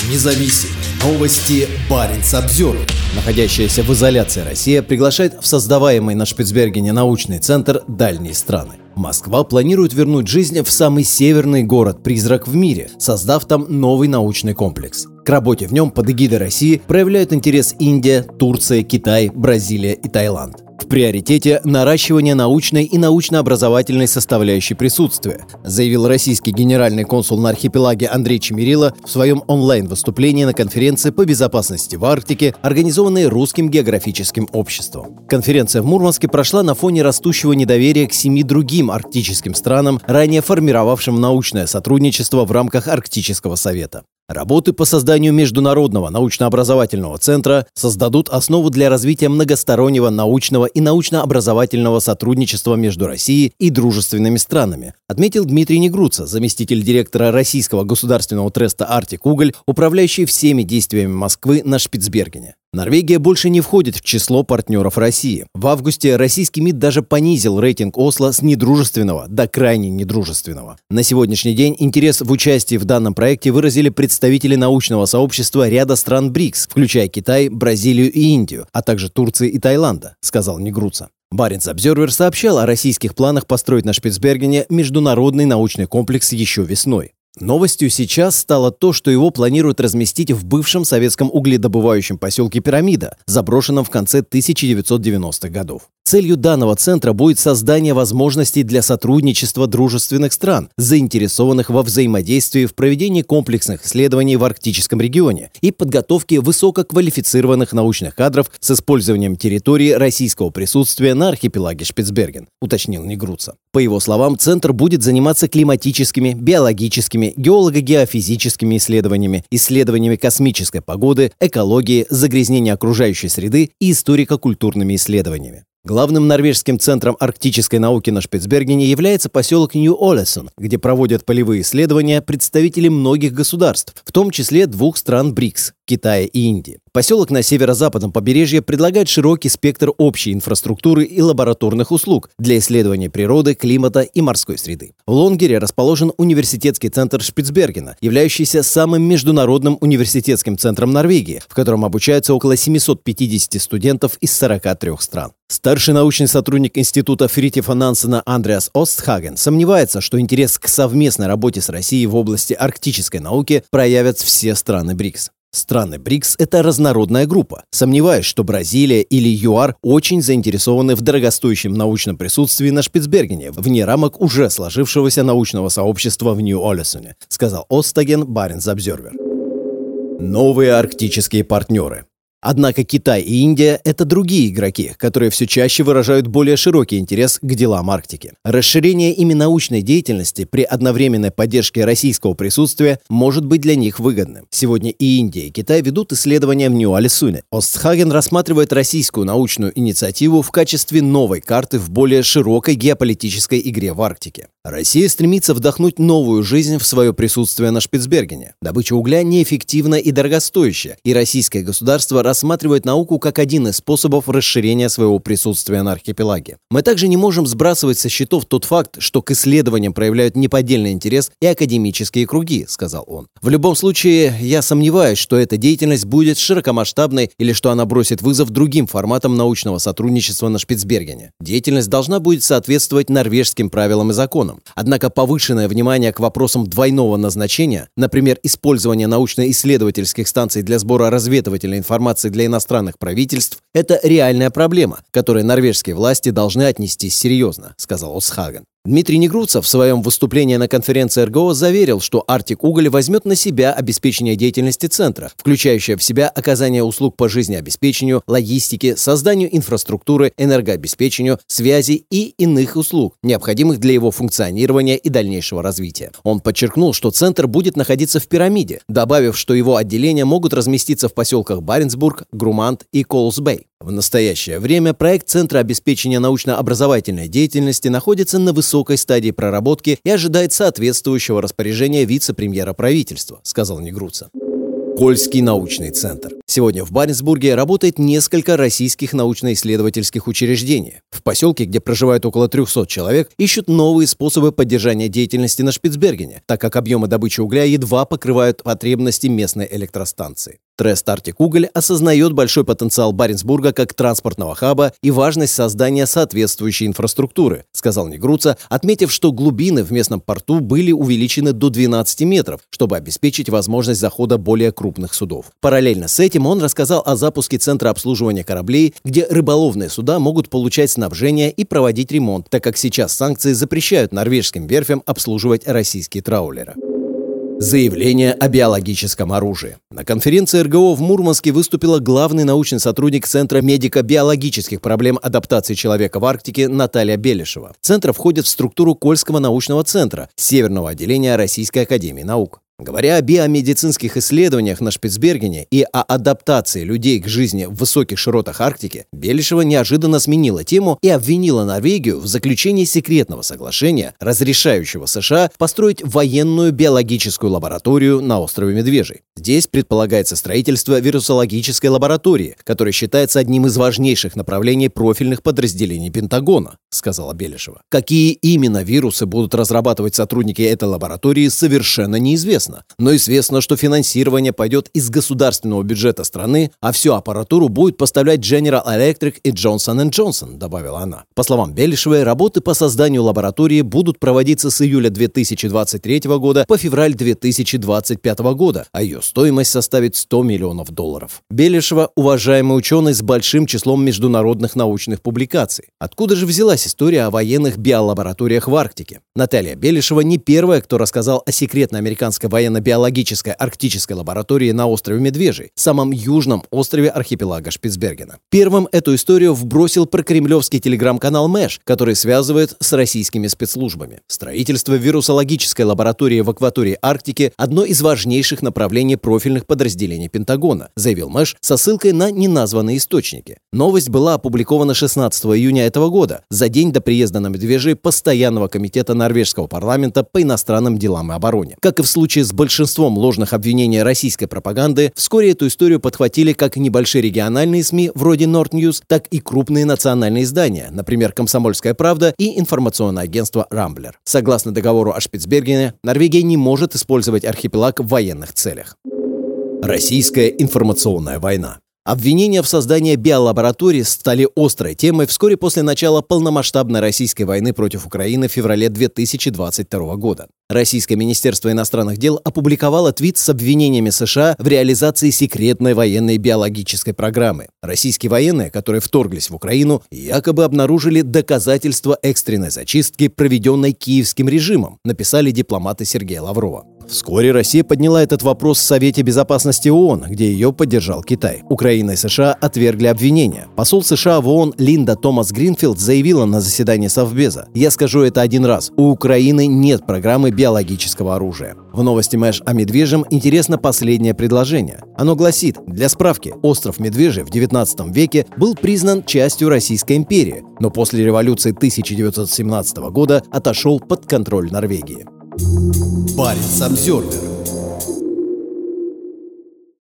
Независимые новости. Баренц-Обзервер. Находящаяся в изоляции Россия приглашает в создаваемый на Шпицбергене научный центр дальние страны. Москва планирует вернуть жизнь в самый северный город-призрак в мире, создав там новый научный комплекс. К работе в нем под эгидой России проявляют интерес Индия, Турция, Китай, Бразилия и Таиланд. В приоритете наращивание научной и научно-образовательной составляющей присутствия, заявил российский генеральный консул на архипелаге Андрей Чемерила в своем онлайн-выступлении на конференции по безопасности в Арктике, организованной Русским географическим обществом. Конференция в Мурманске прошла на фоне растущего недоверия к 7 другим арктическим странам, ранее формировавшим научное сотрудничество в рамках Арктического совета. Работы по созданию международного научно-образовательного центра создадут основу для развития многостороннего научного и научно-образовательного сотрудничества между Россией и дружественными странами, отметил Дмитрий Негруца, заместитель директора Российского государственного треста «Арктик-Уголь», управляющий всеми действиями Москвы на Шпицбергене. Норвегия больше не входит в число партнеров России. В августе российский МИД даже понизил рейтинг Осло с недружественного до крайне недружественного. На сегодняшний день интерес в участии в данном проекте выразили представители научного сообщества ряда стран БРИКС, включая Китай, Бразилию и Индию, а также Турции и Таиланда, сказал Негруца. Баренц-Обзервер сообщал о российских планах построить на Шпицбергене международный научный комплекс еще весной. Новостью сейчас стало то, что его планируют разместить в бывшем советском угледобывающем поселке Пирамида, заброшенном в конце 1990-х годов. Целью данного центра будет создание возможностей для сотрудничества дружественных стран, заинтересованных во взаимодействии в проведении комплексных исследований в арктическом регионе и подготовке высококвалифицированных научных кадров с использованием территории российского присутствия на архипелаге Шпицберген, уточнил Негруца. По его словам, центр будет заниматься климатическими, биологическими, геолого-геофизическими исследованиями, исследованиями космической погоды, экологии, загрязнения окружающей среды и историко-культурными исследованиями. Главным норвежским центром арктической науки на Шпицбергене является поселок Нью-Олесун, где проводят полевые исследования представители многих государств, в том числе 2 стран БРИКС – Китая и Индии. Поселок на северо-западном побережье предлагает широкий спектр общей инфраструктуры и лабораторных услуг для исследования природы, климата и морской среды. В Лонгере расположен университетский центр Шпицбергена, являющийся самым международным университетским центром Норвегии, в котором обучаются около 750 студентов из 43 стран. Старший научный сотрудник Института Фритьофа Нансена Андреас Остхаген сомневается, что интерес к совместной работе с Россией в области арктической науки проявят все страны БРИКС. Страны БРИКС – это разнородная группа. Сомневаюсь, что Бразилия или ЮАР очень заинтересованы в дорогостоящем научном присутствии на Шпицбергене, вне рамок уже сложившегося научного сообщества в Нью-Олесуне, сказал Остхаген Баренц-Обзервер. Новые арктические партнеры. Однако Китай и Индия – это другие игроки, которые все чаще выражают более широкий интерес к делам Арктики. Расширение ими научной деятельности при одновременной поддержке российского присутствия может быть для них выгодным. Сегодня и Индия, и Китай ведут исследования в Нью-Олесуне. Остхаген рассматривает российскую научную инициативу в качестве новой карты в более широкой геополитической игре в Арктике. Россия стремится вдохнуть новую жизнь в свое присутствие на Шпицбергене. Добыча угля неэффективна и дорогостоящая, и российское государство рассматривает науку как один из способов расширения своего присутствия на архипелаге. Мы также не можем сбрасывать со счетов тот факт, что к исследованиям проявляют неподдельный интерес и академические круги, сказал он. В любом случае, я сомневаюсь, что эта деятельность будет широкомасштабной или что она бросит вызов другим форматам научного сотрудничества на Шпицбергене. Деятельность должна будет соответствовать норвежским правилам и законам. Однако повышенное внимание к вопросам двойного назначения, например, использование научно-исследовательских станций для сбора разведывательной информации для иностранных правительств, это реальная проблема, к которой норвежские власти должны отнестись серьезно, сказал Остхаген. Дмитрий Негруца в своем выступлении на конференции РГО заверил, что Арктик-Уголь возьмет на себя обеспечение деятельности центра, включающее в себя оказание услуг по жизнеобеспечению, логистике, созданию инфраструктуры, энергообеспечению, связи и иных услуг, необходимых для его функционирования и дальнейшего развития. Он подчеркнул, что центр будет находиться в Пирамиде, добавив, что его отделения могут разместиться в поселках Баренцбург, Грумант и Коулс-Бэй. В настоящее время проект Центра обеспечения научно-образовательной деятельности находится на высокой стадии проработки и ожидает соответствующего распоряжения вице-премьера правительства, сказал Негруца. Кольский научный центр. Сегодня в Баренцбурге работает несколько российских научно-исследовательских учреждений. В поселке, где проживает около 300 человек, ищут новые способы поддержания деятельности на Шпицбергене, так как объемы добычи угля едва покрывают потребности местной электростанции. Трест Arctic Уголь осознает большой потенциал Баренцбурга как транспортного хаба и важность создания соответствующей инфраструктуры, сказал Негруца, отметив, что глубины в местном порту были увеличены до 12 метров, чтобы обеспечить возможность захода более крупных судов. Параллельно с этим он рассказал о запуске центра обслуживания кораблей, где рыболовные суда могут получать снабжение и проводить ремонт, так как сейчас санкции запрещают норвежским верфям обслуживать российские траулеры. Заявление о биологическом оружии. На конференции РГО в Мурманске выступила главный научный сотрудник Центра медико-биологических проблем адаптации человека в Арктике Наталья Белешева. Центр входит в структуру Кольского научного центра, Северного отделения Российской академии наук. Говоря о биомедицинских исследованиях на Шпицбергене и о адаптации людей к жизни в высоких широтах Арктики, Белешева неожиданно сменила тему и обвинила Норвегию в заключении секретного соглашения, разрешающего США построить военную биологическую лабораторию на острове Медвежий. Здесь предполагается строительство вирусологической лаборатории, которая считается одним из важнейших направлений профильных подразделений Пентагона, сказала Белешева. Какие именно вирусы будут разрабатывать сотрудники этой лаборатории, совершенно неизвестно. Но известно, что финансирование пойдет из государственного бюджета страны, а всю аппаратуру будет поставлять General Electric и Johnson & Johnson, добавила она. По словам Белешевой, работы по созданию лаборатории будут проводиться с июля 2023 года по февраль 2025 года, а ее стоимость составит $100 миллионов. Белешева – уважаемый ученый с большим числом международных научных публикаций. Откуда же взялась история о военных биолабораториях в Арктике? Наталья Белешева не первая, кто рассказал о секретной американской военно-биологической арктической лаборатории на острове Медвежий, самом южном острове архипелага Шпицбергена. Первым эту историю вбросил прокремлевский телеграм-канал Мэш, который связывает с российскими спецслужбами. Строительство вирусологической лаборатории в акватории Арктики – одно из важнейших направлений профильных подразделений Пентагона, заявил Мэш со ссылкой на неназванные источники. Новость была опубликована 16 июня этого года, за день до приезда на Медвежий Постоянного комитета норвежского парламента по иностранным делам и обороне. Как и в случае с большинством ложных обвинений российской пропаганды, вскоре эту историю подхватили как небольшие региональные СМИ вроде Nord News, так и крупные национальные издания, например, «Комсомольская правда» и информационное агентство Рамблер. Согласно договору о Шпицбергене, Норвегия не может использовать архипелаг в военных целях. Российская информационная война. Обвинения в создании биолаборатории стали острой темой вскоре после начала полномасштабной российской войны против Украины в феврале 2022 года. Российское министерство иностранных дел опубликовало твит с обвинениями США в реализации секретной военной биологической программы. Российские военные, которые вторглись в Украину, якобы обнаружили доказательства экстренной зачистки, проведенной киевским режимом, написали дипломаты Сергея Лаврова. Вскоре Россия подняла этот вопрос в Совете безопасности ООН, где ее поддержал Китай. Украина и США отвергли обвинения. Посол США в ООН Линда Томас Гринфилд заявила на заседании Совбеза: «Я скажу это один раз. У Украины нет программы биологического оружия». В новости Мэш о Медвежьем интересно последнее предложение. Оно гласит: для справки, остров Медвежий в 19 веке был признан частью Российской империи, но после революции 1917 года отошел под контроль Норвегии. Баренц-Обзервер.